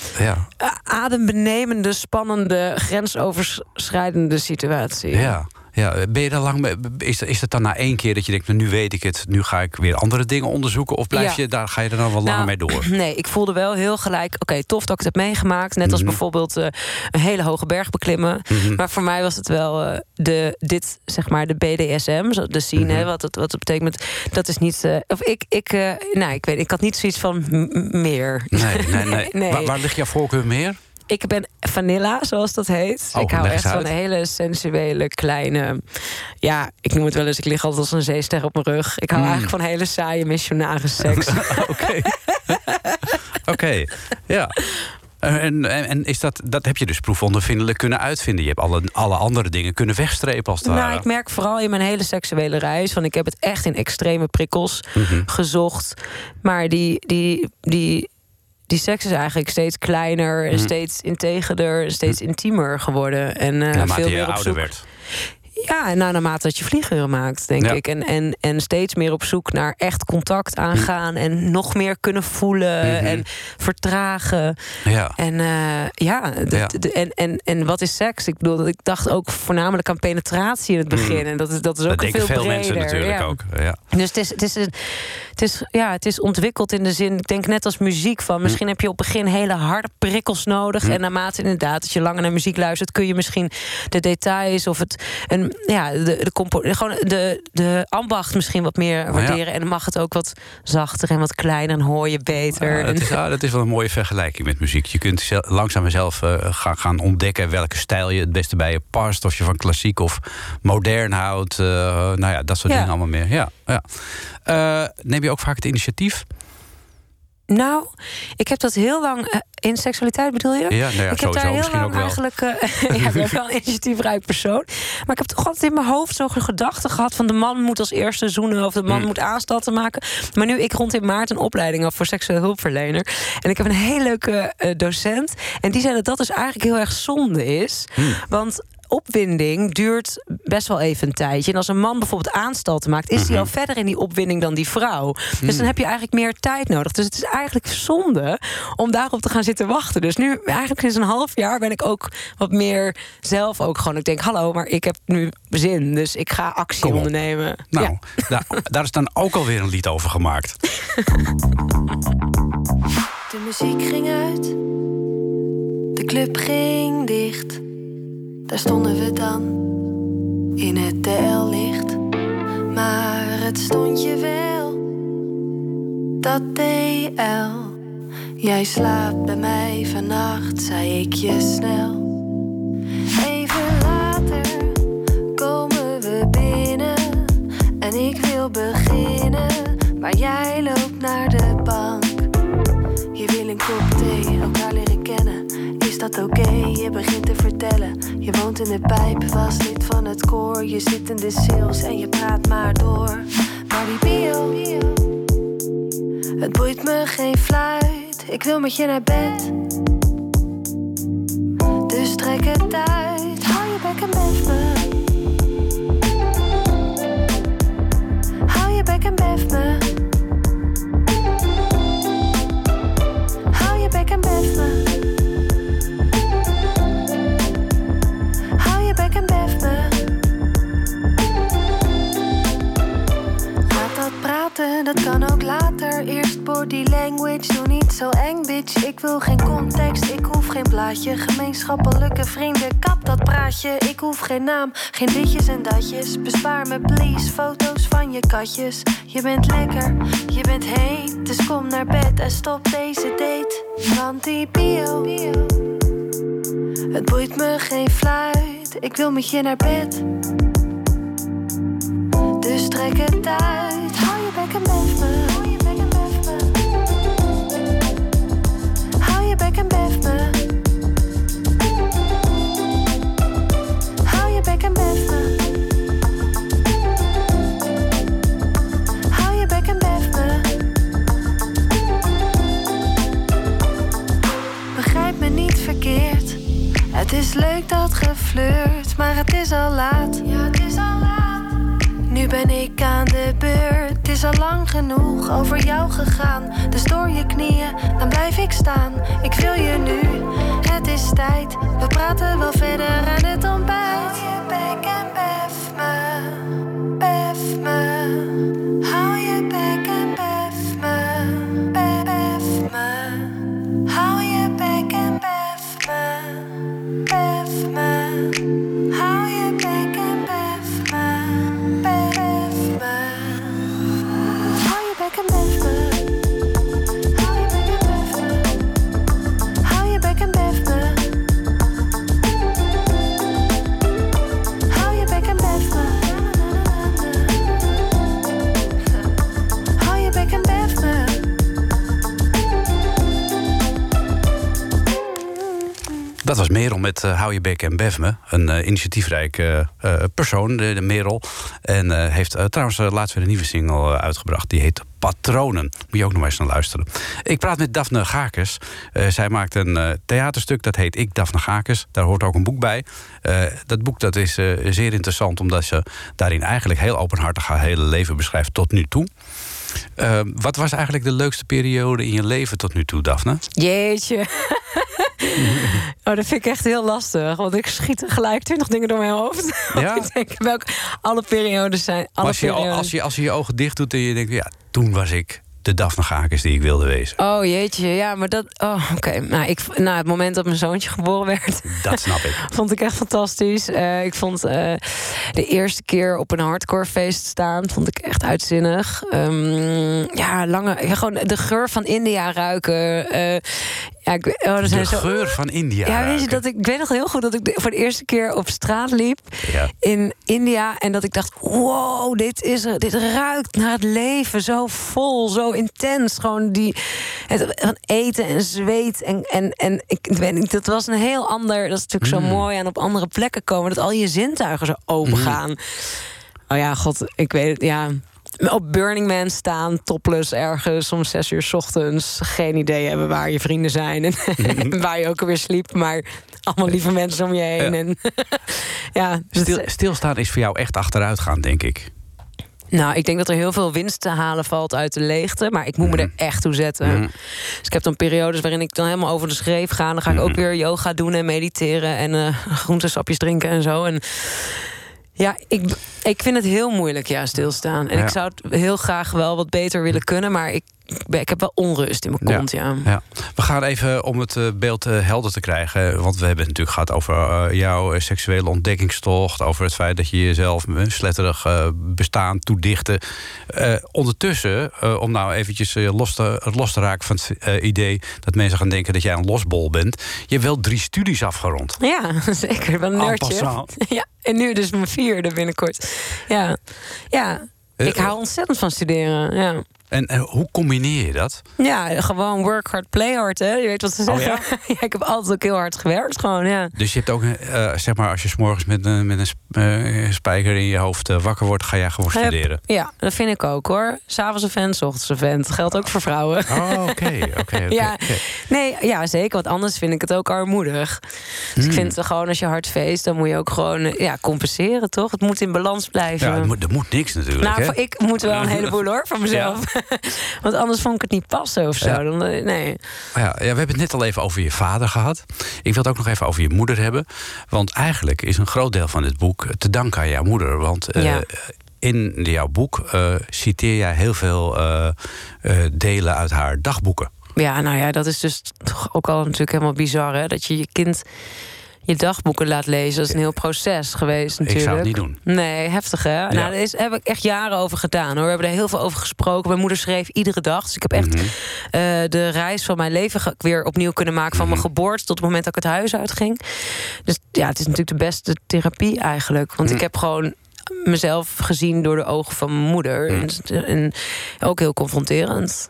adembenemende, spannende, grensoverschrijdende situatie. Ja. Ja, ben je daar lang mee? Is het dan na 1 keer dat je denkt, nu weet ik het, nu ga ik weer andere dingen onderzoeken? Of ga je er dan wel langer mee door? Nee, ik voelde wel heel gelijk, oké, tof dat ik het heb meegemaakt. Net als bijvoorbeeld een hele hoge berg beklimmen. Maar voor mij was het wel de BDSM, de scene, wat het betekent. Dat is niet. Ik had niet zoiets van meer. Nee. Waar ligt jouw voorkeur meer? Ik ben vanilla, zoals dat heet. Ik hou echt van een hele sensuele, kleine... Ja, ik noem het wel eens, ik lig altijd als een zeester op mijn rug. Ik hou eigenlijk van hele saaie missionarisseks. Oké, ja. En is dat heb je dus proefondervindelijk kunnen uitvinden. Je hebt alle andere dingen kunnen wegstrepen als het ware. Ik merk vooral in mijn hele seksuele reis, want ik heb het echt in extreme prikkels gezocht. Maar die seks is eigenlijk steeds kleiner en steeds integerder, steeds intiemer geworden. En naarmate veel je meer op ouder zoek. werd. Ja, en naarmate dat je vlieguren maakt, denk ik. En steeds meer op zoek naar echt contact aangaan en nog meer kunnen voelen en vertragen. Ja. En wat is seks? Ik bedoel, ik dacht ook voornamelijk aan penetratie in het begin. En dat is ook veel breder. Dat veel mensen natuurlijk ook. Ja. Dus het is ontwikkeld in de zin, ik denk net als muziek van, misschien heb je op het begin hele harde prikkels nodig. En naarmate inderdaad dat je langer naar muziek luistert, kun je misschien de details of de ambacht misschien wat meer waarderen. En dan mag het ook wat zachter en wat kleiner en hoor je beter. Dat is wel een mooie vergelijking met muziek. Je kunt langzaam zelf gaan ontdekken welke stijl je het beste bij je past. Of je van klassiek of modern houdt. Dat soort dingen allemaal meer. Ja. Neem je ook vaak het initiatief? Nou, ik heb dat heel lang in seksualiteit, bedoel je? Ja, ik heb daar heel lang eigenlijk. Ik ben wel een initiatiefrijk persoon. Maar ik heb toch altijd in mijn hoofd zo'n gedachte gehad van de man moet als eerste zoenen of de man moet aanstalten maken. Maar nu, ik rond in maart een opleiding af voor seksueel hulpverlener. En ik heb een hele leuke docent. En die zei dat dus eigenlijk heel erg zonde is. Want opwinding duurt best wel even een tijdje. En als een man bijvoorbeeld aanstalten maakt, is hij al verder in die opwinding dan die vrouw. Dus dan heb je eigenlijk meer tijd nodig. Dus het is eigenlijk zonde om daarop te gaan zitten wachten. Dus nu, eigenlijk sinds een half jaar ben ik ook wat meer zelf ook gewoon. Ik denk, hallo, maar ik heb nu zin. Dus ik ga actie ondernemen. Nou, daar is dan ook alweer een lied over gemaakt. De muziek ging uit. De club ging dicht. Daar stonden we dan, in het TL-licht. Maar het stond je wel, dat DL. Jij slaapt bij mij vannacht, zei ik je snel. Even later komen we binnen. En ik wil beginnen, maar jij loopt naar de bank. Je wil een kop thee, elkaar leren kennen. Is dat oké? Je begint te vertellen. Je woont in de pijp, was lid van het koor. Je zit in de sales en je praat maar door. Maar die bio, het boeit me geen fluit. Ik wil met je naar bed. Dus trek het uit. Hou je bek en bef me. Hou je bek en bef me. Hou je bek en bef me. Dat kan ook later. Eerst body language, doe niet zo eng, bitch. Ik wil geen context, ik hoef geen plaatje. Gemeenschappelijke vrienden, kap dat praatje. Ik hoef geen naam, geen ditjes en datjes. Bespaar me please, foto's van je katjes. Je bent lekker, je bent heet. Dus kom naar bed en stop deze date. Want die bio, het boeit me geen fluit. Ik wil met je naar bed. Dus trek het uit. Hou je bek en bef me. Hou je bek en bef me. Hou je bek en bef me. Hou je bek en bef me. Hou je bek en bef me. Begrijp me niet verkeerd. Het is leuk dat geflirt, maar het is al laat. Ja, het is al laat. Nu ben ik aan de beurt. Het is al lang genoeg over jou gegaan. Dus door je knieën, dan blijf ik staan. Ik wil je nu, het is tijd. We praten wel verder aan het ontbijt. Hou je bek en bef Dat was Merel met Hou je bek en bef me. Een initiatiefrijke persoon, de Merel. En heeft trouwens laatst weer een nieuwe single uitgebracht. Die heet Patronen. Moet je ook nog maar eens naar luisteren. Ik praat met Daphne Gakes. Zij maakt een theaterstuk, dat heet Ik, Daphne Gakes. Daar hoort ook een boek bij. Dat boek dat is zeer interessant, omdat ze daarin eigenlijk heel openhartig haar hele leven beschrijft tot nu toe. Wat was eigenlijk de leukste periode in je leven tot nu toe, Daphne? Jeetje. Oh, dat vind ik echt heel lastig. Want ik schiet gelijk 20 dingen door mijn hoofd. Ja? Ik denk welke alle periodes zijn. Als je je ogen dicht doet en je denkt, ja, toen was ik de Daphne Gakes die ik wilde wezen. Oh jeetje, ja, maar dat... Oh, oké. Nou, het moment dat mijn zoontje geboren werd... Dat snap ik. Vond ik echt fantastisch. Ik vond de eerste keer op een hardcore feest staan... vond ik echt uitzinnig. Gewoon de geur van India ruiken... geur van India. Ja, weet je, ik weet nog heel goed dat ik voor de eerste keer op straat liep in India. En dat ik dacht, wow, dit ruikt naar het leven. Zo vol, zo intens. Gewoon van eten en zweet. En ik weet niet, dat was een heel ander... Dat is natuurlijk zo mooi aan op andere plekken komen. Dat al je zintuigen zo open gaan. Oh ja, god, ik weet het, ja... Op Burning Man staan, topless ergens om 6 uur 's ochtends. Geen idee hebben waar je vrienden zijn. En waar je ook alweer sliep. Maar allemaal lieve mensen om je heen. Ja. Stilstaan is voor jou echt achteruit gaan, denk ik. Nou, ik denk dat er heel veel winst te halen valt uit de leegte. Maar ik moet me er echt toe zetten. Dus ik heb dan periodes waarin ik dan helemaal over de schreef ga. Dan ga ik ook weer yoga doen en mediteren. En groentesapjes drinken en zo. En... Ja, ik vind het heel moeilijk, stilstaan. En ik zou het heel graag wel wat beter willen kunnen... maar ik heb wel onrust in mijn kont, ja. We gaan even, om het beeld helder te krijgen... want we hebben het natuurlijk gehad over jouw seksuele ontdekkingstocht... over het feit dat je jezelf sletterig bestaan toedichtte. Ondertussen, om nou eventjes los te raken van het idee... dat mensen gaan denken dat jij een losbol bent... je hebt wel 3 studies afgerond. Ja, zeker. Wel een nerdje. Ja, en nu dus mijn 4e binnenkort. Ja. Ik hou ontzettend van studeren, ja. En hoe combineer je dat? Ja, gewoon work hard, play hard, hè? Je weet wat ze zeggen. Ja, ik heb altijd ook heel hard gewerkt, gewoon, ja. Dus je hebt ook, zeg maar, als je 's morgens met een spijker in je hoofd wakker wordt... ga jij gewoon studeren? Ja, dat vind ik ook, hoor. 's Avonds een vent, 's ochtends een vent. Dat geldt ook voor vrouwen. Oh, oké. Ja. Nee, ja, zeker, want anders vind ik het ook armoedig. Dus ik vind het gewoon, als je hard feest... dan moet je ook gewoon compenseren, toch? Het moet in balans blijven. Ja, er moet niks natuurlijk, nou, hè? Ik moet wel een heleboel, hoor, van mezelf. Ja. Want anders vond ik het niet passen of zo. Ja. Nee. Ja, we hebben het net al even over je vader gehad. Ik wil het ook nog even over je moeder hebben. Want eigenlijk is een groot deel van dit boek te danken aan jouw moeder. Want in jouw boek citeer jij heel veel delen uit haar dagboeken. Ja, nou ja, dat is dus toch ook al natuurlijk helemaal bizar, hè? Dat je je kind... je dagboeken laat lezen. Dat is een heel proces geweest natuurlijk. Ik zou het niet doen. Nee, heftig, hè? Ja. Nou, daar heb ik echt jaren over gedaan, hoor. We hebben er heel veel over gesproken. Mijn moeder schreef iedere dag. Dus ik heb echt de reis van mijn leven weer opnieuw kunnen maken... van mijn geboorte tot het moment dat ik het huis uitging. Dus ja, het is natuurlijk de beste therapie eigenlijk. Want ik heb gewoon mezelf gezien door de ogen van mijn moeder. En ook heel confronterend.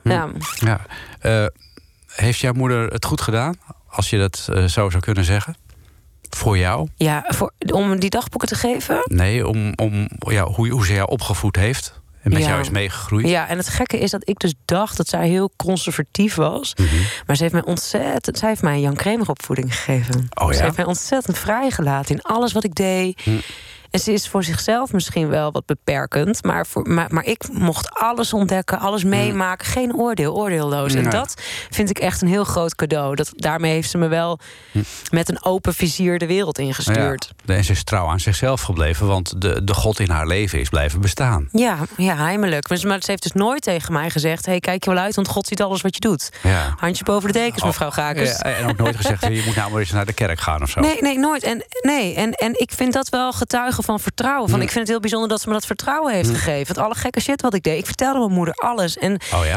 Heeft jouw moeder het goed gedaan? Als je dat zo zou kunnen zeggen? Voor jou? Ja, om die dagboeken te geven? Nee, om hoe ze jou opgevoed heeft. En met jou is meegegroeid. Ja, en het gekke is dat ik dus dacht dat zij heel conservatief was. Maar ze heeft mij een Jan Kramer opvoeding gegeven. Oh, ja? Ze heeft mij ontzettend vrijgelaten in alles wat ik deed. En ze is voor zichzelf misschien wel wat beperkend. Maar ik mocht alles ontdekken, alles meemaken. Geen oordeelloos. En dat vind ik echt een heel groot cadeau. Daarmee heeft ze me wel met een open vizier de wereld ingestuurd. Ja. En ze is trouw aan zichzelf gebleven. Want de God in haar leven is blijven bestaan. Ja, heimelijk. Maar ze heeft dus nooit tegen mij gezegd... hey, kijk je wel uit, want God ziet alles wat je doet. Ja. Handje boven de dekens, mevrouw Gakes. Ja, en ook nooit gezegd, je moet nou maar eens naar de kerk gaan of zo. Nee, nooit. En ik vind dat wel getuigen van vertrouwen. Ik vind het heel bijzonder dat ze me dat vertrouwen heeft gegeven. Want alle gekke shit wat ik deed. Ik vertelde mijn moeder alles. En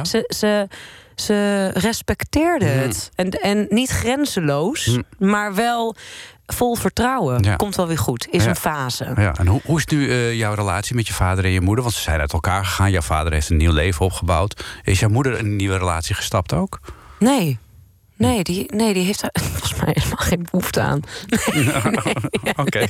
ze respecteerde het. En niet grenzeloos, maar wel vol vertrouwen. Ja. Komt wel weer goed. Is een fase. Ja. En hoe is nu jouw relatie met je vader en je moeder? Want ze zijn uit elkaar gegaan. Jouw vader heeft een nieuw leven opgebouwd. Is jouw moeder een nieuwe relatie gestapt ook? Nee. Nee, die heeft daar volgens mij helemaal geen behoefte aan. Oké.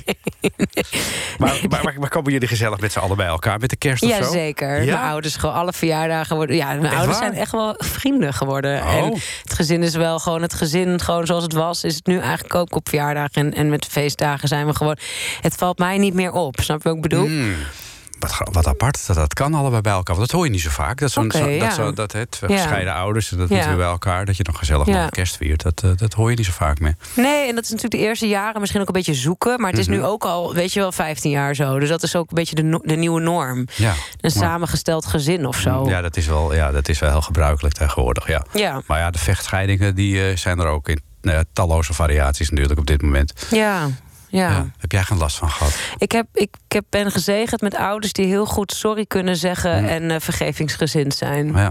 Maar komen jullie gezellig met z'n allen bij elkaar met de kerst of zo? Jazeker. Ja? Mijn ouders gewoon alle verjaardagen worden. Ja, mijn ouders zijn echt wel vrienden geworden. Oh. En het gezin is wel gewoon het gezin, gewoon zoals het was. Is het nu eigenlijk ook op verjaardagen en met feestdagen zijn we gewoon. Het valt mij niet meer op. Snap je wat ik bedoel? Wat apart, dat kan allebei bij elkaar. Want dat hoor je niet zo vaak. Dat het gescheiden ouders, dat moeten we bij elkaar. Dat je dan gezellig nog kerst viert. Dat hoor je niet zo vaak meer. Nee, en dat is natuurlijk de eerste jaren misschien ook een beetje zoeken. Maar het is nu ook al, weet je wel, 15 jaar zo. Dus dat is ook een beetje de nieuwe norm. Ja. Een samengesteld gezin of zo. Ja, dat is wel heel gebruikelijk tegenwoordig. Ja. Maar ja, de vechtscheidingen die zijn er ook in talloze variaties natuurlijk op dit moment. Ja. Heb jij geen last van gehad? Ik ben gezegend met ouders die heel goed sorry kunnen zeggen en vergevingsgezind zijn. Ja.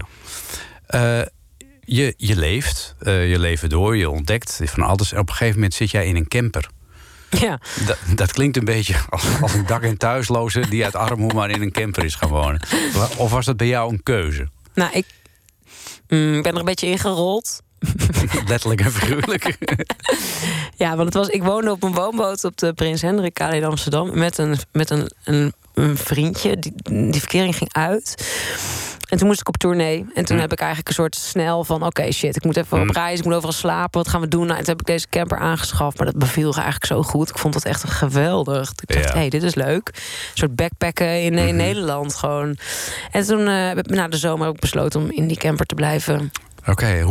Je leeft, je leven door, je ontdekt van alles. En op een gegeven moment zit jij in een camper. Ja. Dat klinkt een beetje als een dak- en thuisloze die uit armoede maar in een camper is gaan wonen. Of was dat bij jou een keuze? Nou, ik ben er een beetje ingerold. Letterlijk en figuurlijk. Ja, want ik woonde op een woonboot op de Prins Hendrikkade in Amsterdam met een vriendje. Die verkering ging uit. En toen moest ik op tournee. En toen heb ik eigenlijk een soort snel van... oké, shit, ik moet even op reis, ik moet overal slapen. Wat gaan we doen? Nou, toen heb ik deze camper aangeschaft. Maar dat beviel eigenlijk zo goed. Ik vond dat echt geweldig. Ik dacht, hey, dit is leuk. Een soort backpacken in Nederland gewoon. En toen heb ik na de zomer ook besloten om in die camper te blijven. Oké,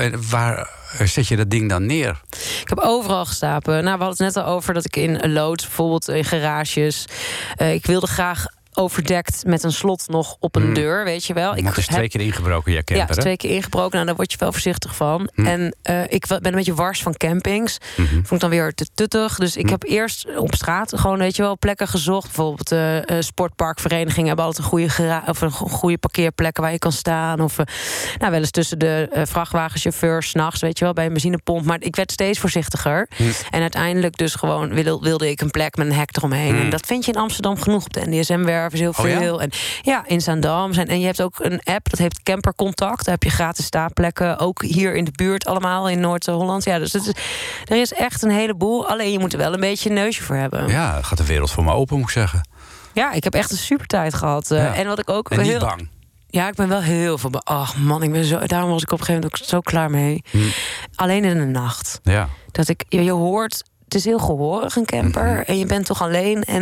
waar zet je dat ding dan neer? Ik heb overal geslapen. Nou, we hadden het net al over dat ik in loods, bijvoorbeeld in garages... ik wilde graag overdekt met een slot nog op een deur, weet je wel. Het is 2 keer ingebroken, je camper, Ja, 2 keer ingebroken. Nou, daar word je wel voorzichtig van. En ik ben een beetje wars van campings. Vond ik dan weer te tuttig. Dus ik heb eerst op straat gewoon, weet je wel, plekken gezocht. Bijvoorbeeld sportparkverenigingen hebben altijd een goede parkeerplekken waar je kan staan. Of wel eens tussen de vrachtwagenchauffeurs 's nachts, weet je wel, bij een benzinepomp. Maar ik werd steeds voorzichtiger. En uiteindelijk dus gewoon wilde ik een plek met een hek eromheen. En dat vind je in Amsterdam genoeg op de NDSM-werf. Is heel veel. En in Zaandam en je hebt ook een app dat heet Camper Contact. Daar heb je gratis staaplekken. Ook hier in de buurt allemaal in Noord-Holland. Ja, dus er is echt een heleboel. Alleen je moet er wel een beetje een neusje voor hebben. Ja, gaat de wereld voor me open, moet ik zeggen. Ja, ik heb echt een super tijd gehad. En wat ik ook en niet bang. Ja, ik ben wel heel veel. Ach man, daarom was ik op een gegeven moment ook zo klaar mee. Alleen in de nacht. Ja. Dat je hoort. Het is heel gehoorig, een camper. En je bent toch alleen. En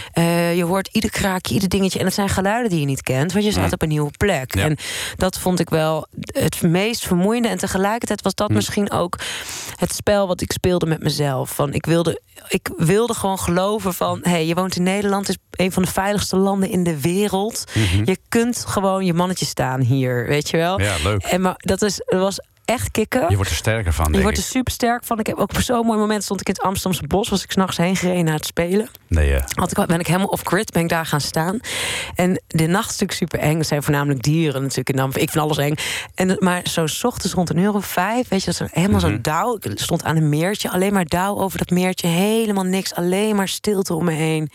je hoort ieder kraakje, ieder dingetje. En het zijn geluiden die je niet kent. Want je staat op een nieuwe plek. Ja. En dat vond ik wel het meest vermoeiende. En tegelijkertijd was dat misschien ook het spel wat ik speelde met mezelf. Van, ik wilde gewoon geloven van... hey, je woont in Nederland. Het is een van de veiligste landen in de wereld. Je kunt gewoon je mannetje staan hier, weet je wel. Ja, leuk. Maar dat was echt kicken. Je wordt er sterker van, denk ik. Je wordt er super sterk van. Ik heb ook op zo'n mooi moment stond ik in het Amsterdamse bos. Was ik 's nachts heen gereden naar het spelen. Nee, ben ik helemaal off-grid, ben ik daar gaan staan. En de nacht is natuurlijk super eng. Er zijn voornamelijk dieren natuurlijk. Ik vind alles eng. Maar zo 's ochtends rond 5:00, weet je, dat is helemaal zo'n dauw. Ik stond aan een meertje, alleen maar dauw over dat meertje. Helemaal niks, alleen maar stilte om me heen.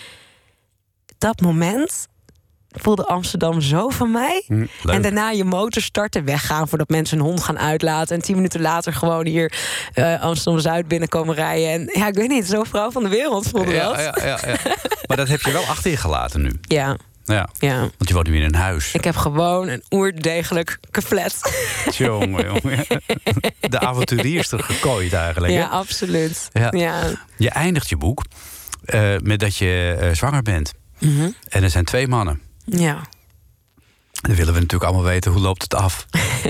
Dat moment voelde Amsterdam zo van mij. En daarna je motor starten, weggaan voordat mensen een hond gaan uitlaten. En 10 minuten later gewoon hier Amsterdam-Zuid binnenkomen rijden. En ja, ik weet niet, zo'n vrouw van de wereld voelde dat. Ja. Maar dat heb je wel achter je gelaten nu. Ja. Want je woont nu in een huis. Ik heb gewoon een oerdegelijk flat. Jongen. De avonturierster gekooid eigenlijk. Ja, hè? absoluut. Ja. Je eindigt je boek met dat je zwanger bent. En er zijn 2 mannen. Ja. Dan willen we natuurlijk allemaal weten, hoe loopt het af?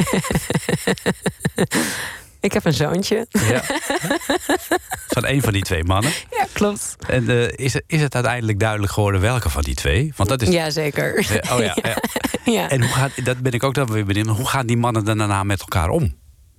Ik heb een zoontje. Ja. Van 1 van die 2 mannen. Ja, klopt. En is het uiteindelijk duidelijk geworden welke van die 2? Want dat is... Ja, zeker. Ja. En dat ben ik ook dan weer benieuwd. Hoe gaan die mannen dan daarna met elkaar om?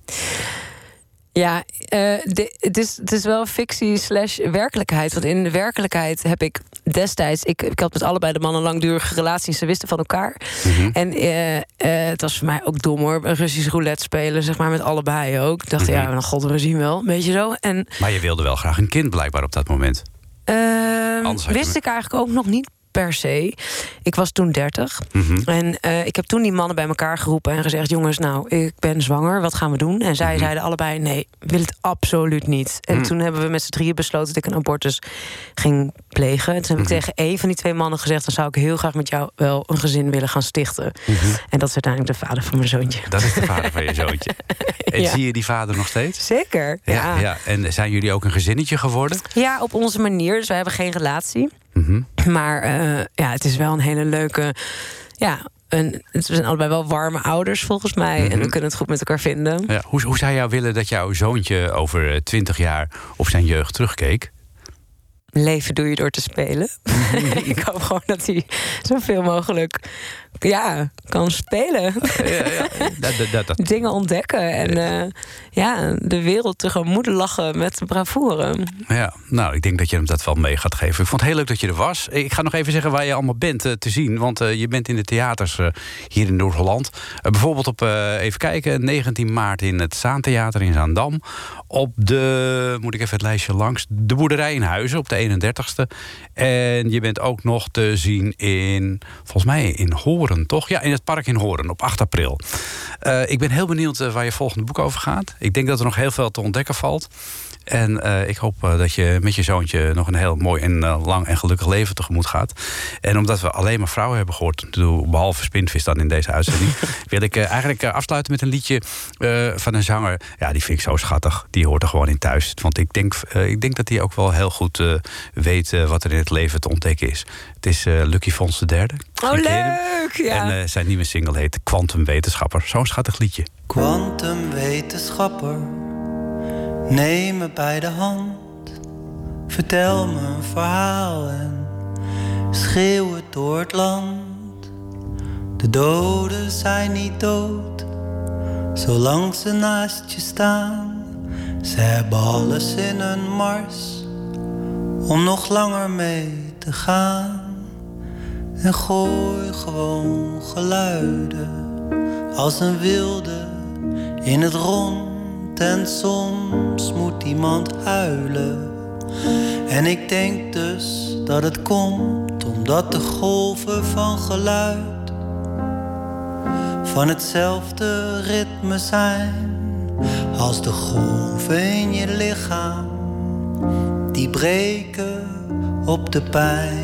Ja, het is wel fictie/werkelijkheid. Want in de werkelijkheid heb ik destijds... Ik had met allebei de mannen een langdurige relatie. Ze wisten van elkaar. En het was voor mij ook dom, hoor. Een Russisch roulette spelen, zeg maar, met allebei ook. Ik dacht, ja, god, we zien wel. Een beetje zo. Maar je wilde wel graag een kind, blijkbaar, op dat moment. Wist ik eigenlijk ook nog niet per se. Ik was toen 30. En ik heb toen die mannen bij elkaar geroepen en gezegd... jongens, nou, ik ben zwanger, wat gaan we doen? En zij zeiden allebei, nee, ik wil het absoluut niet. En toen hebben we met z'n drieën besloten... dat ik een abortus ging plegen. En toen heb ik tegen één van die twee mannen gezegd... dan zou ik heel graag met jou wel een gezin willen gaan stichten. En dat is uiteindelijk de vader van mijn zoontje. Dat is de vader van je zoontje. En zie je die vader nog steeds? Zeker, ja. En zijn jullie ook een gezinnetje geworden? Ja, op onze manier. Dus wij hebben geen relatie. Maar het is wel een hele leuke... we zijn allebei wel warme ouders, volgens mij. En we kunnen het goed met elkaar vinden. Ja, hoe zou jou willen dat jouw zoontje over 20 jaar... op zijn jeugd terugkeek? Leven doe je door te spelen. Ik hoop gewoon dat hij zoveel mogelijk kan spelen. Dingen ontdekken. En de wereld tegemoet lachen met bravoure. Ja, nou, ik denk dat je hem dat wel mee gaat geven. Ik vond het heel leuk dat je er was. Ik ga nog even zeggen waar je allemaal bent te zien. Want je bent in de theaters hier in Noord-Holland. Bijvoorbeeld op, even kijken, 19 maart in het Zaantheater in Zaandam. Op de, moet ik even het lijstje langs... de Boerderij in Huizen op de 31ste. En je bent ook nog te zien in, volgens mij in Hoorn, toch? Ja, in het park in Hoorn op 8 april. Ik ben heel benieuwd waar je volgende boek over gaat. Ik denk dat er nog heel veel te ontdekken valt. En ik hoop dat je met je zoontje nog een heel mooi en lang en gelukkig leven tegemoet gaat. En omdat we alleen maar vrouwen hebben gehoord, behalve Spinvis dan in deze uitzending, wil ik eigenlijk afsluiten met een liedje van een zanger. Ja, die vind ik zo schattig. Die hoort er gewoon in thuis. Want ik denk dat hij ook wel heel goed weet wat er in het leven te ontdekken is. Het is Lucky Fons III. Oh, leuk! Ja. En zijn nieuwe single heet Quantumwetenschapper. Zo'n schattig liedje. Quantumwetenschapper, neem me bij de hand, vertel me een verhaal en schreeuw het door het land. De doden zijn niet dood, zolang ze naast je staan. Ze hebben alles in hun mars, om nog langer mee te gaan. En gooi gewoon geluiden, als een wilde, in het rond. En soms moet iemand huilen. En ik denk dus dat het komt omdat de golven van geluid van hetzelfde ritme zijn als de golven in je lichaam, die breken op de pijn.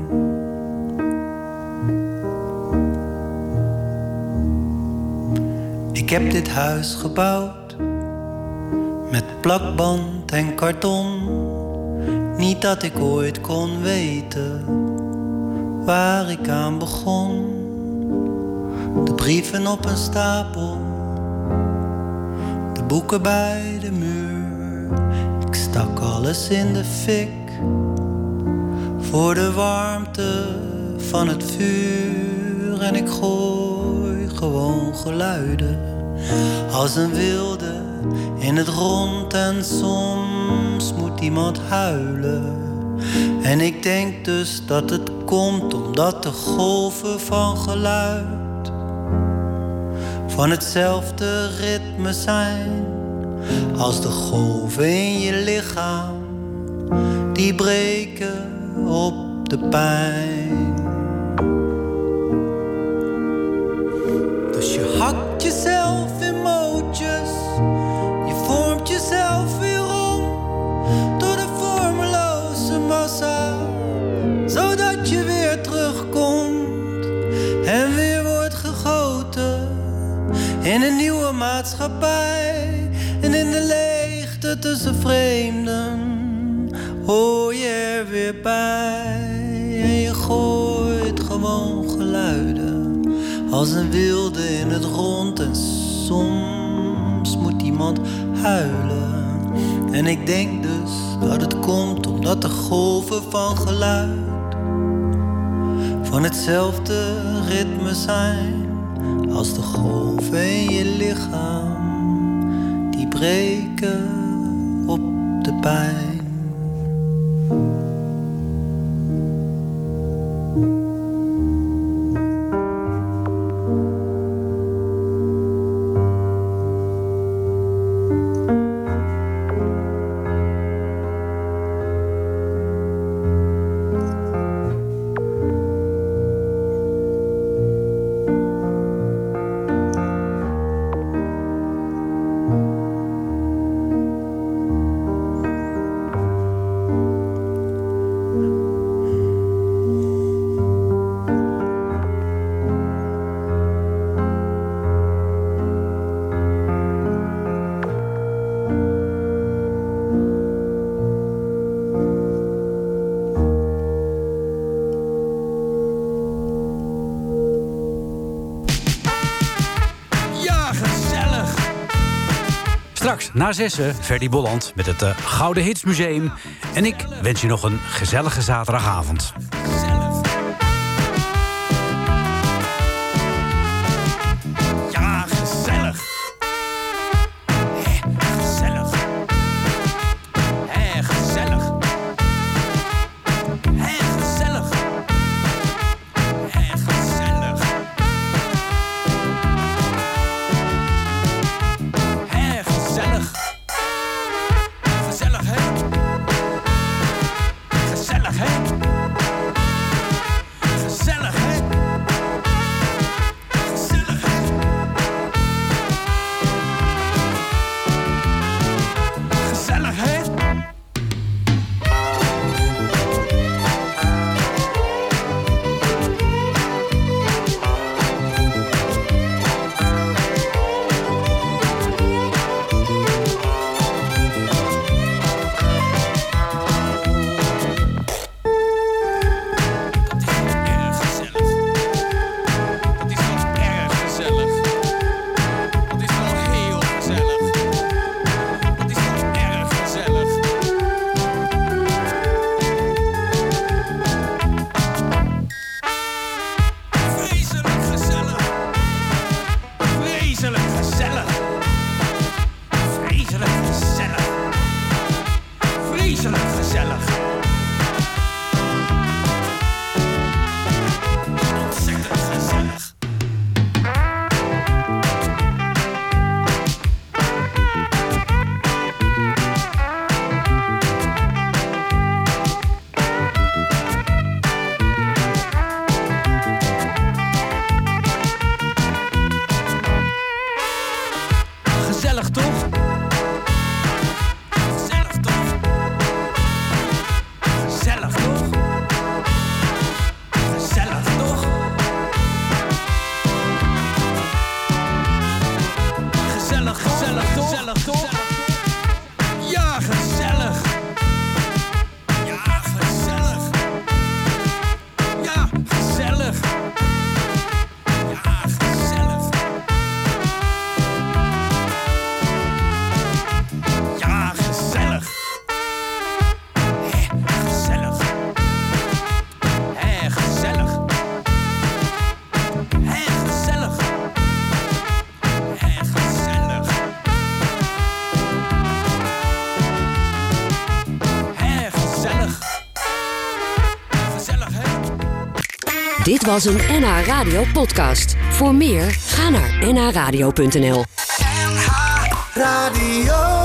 Ik heb dit huis gebouwd met plakband en karton. Niet dat ik ooit kon weten waar ik aan begon. De brieven op een stapel, de boeken bij de muur. Ik stak alles in de fik voor de warmte van het vuur. En ik gooi gewoon geluiden als een wilde in het rond. En soms moet iemand huilen. En ik denk dus dat het komt omdat de golven van geluid van hetzelfde ritme zijn als de golven in je lichaam, die breken op de pijn. Dus je hakt jezelf in mootjes, je vormt jezelf weer om door de vormeloze massa, zodat je weer terugkomt en weer wordt gegoten in een nieuwe maatschappij. En in de leegte tussen vreemden hoor je er weer bij. En je gooit gewoon geluiden als een wilde in het rond. En soms moet iemand huilen. En ik denk dus dat het komt omdat de golven van geluid van hetzelfde ritme zijn als de golven in je lichaam, die breken op de pijn. Straks na 6:00 Ferdy Bolland met het Gouden Hitsmuseum. En ik wens je nog een gezellige zaterdagavond. Ja, gezellig. Gezellig. Gezellig. Gezellig. Gezellig. Gezellig. Gezellig, hè? Gezellig, hè? Gezellig, hè? Gezellig, hè? Gezellig, hè? Gezellig toch? Gezellig toch? Gezellig toch? Gezellig toch? Gezellig, gezellig toch? Gezellig toch? Ja, gezellig. Ja, gezellig. Ja, gezellig. Ja, gezellig. Ja, gezellig. Gezellig. Gezellig. Gezellig. Gezellig. Gezellig. Gezellig, hè? Dit was een NH Radio podcast. Voor meer, ga naar nhradio.nl. Radio.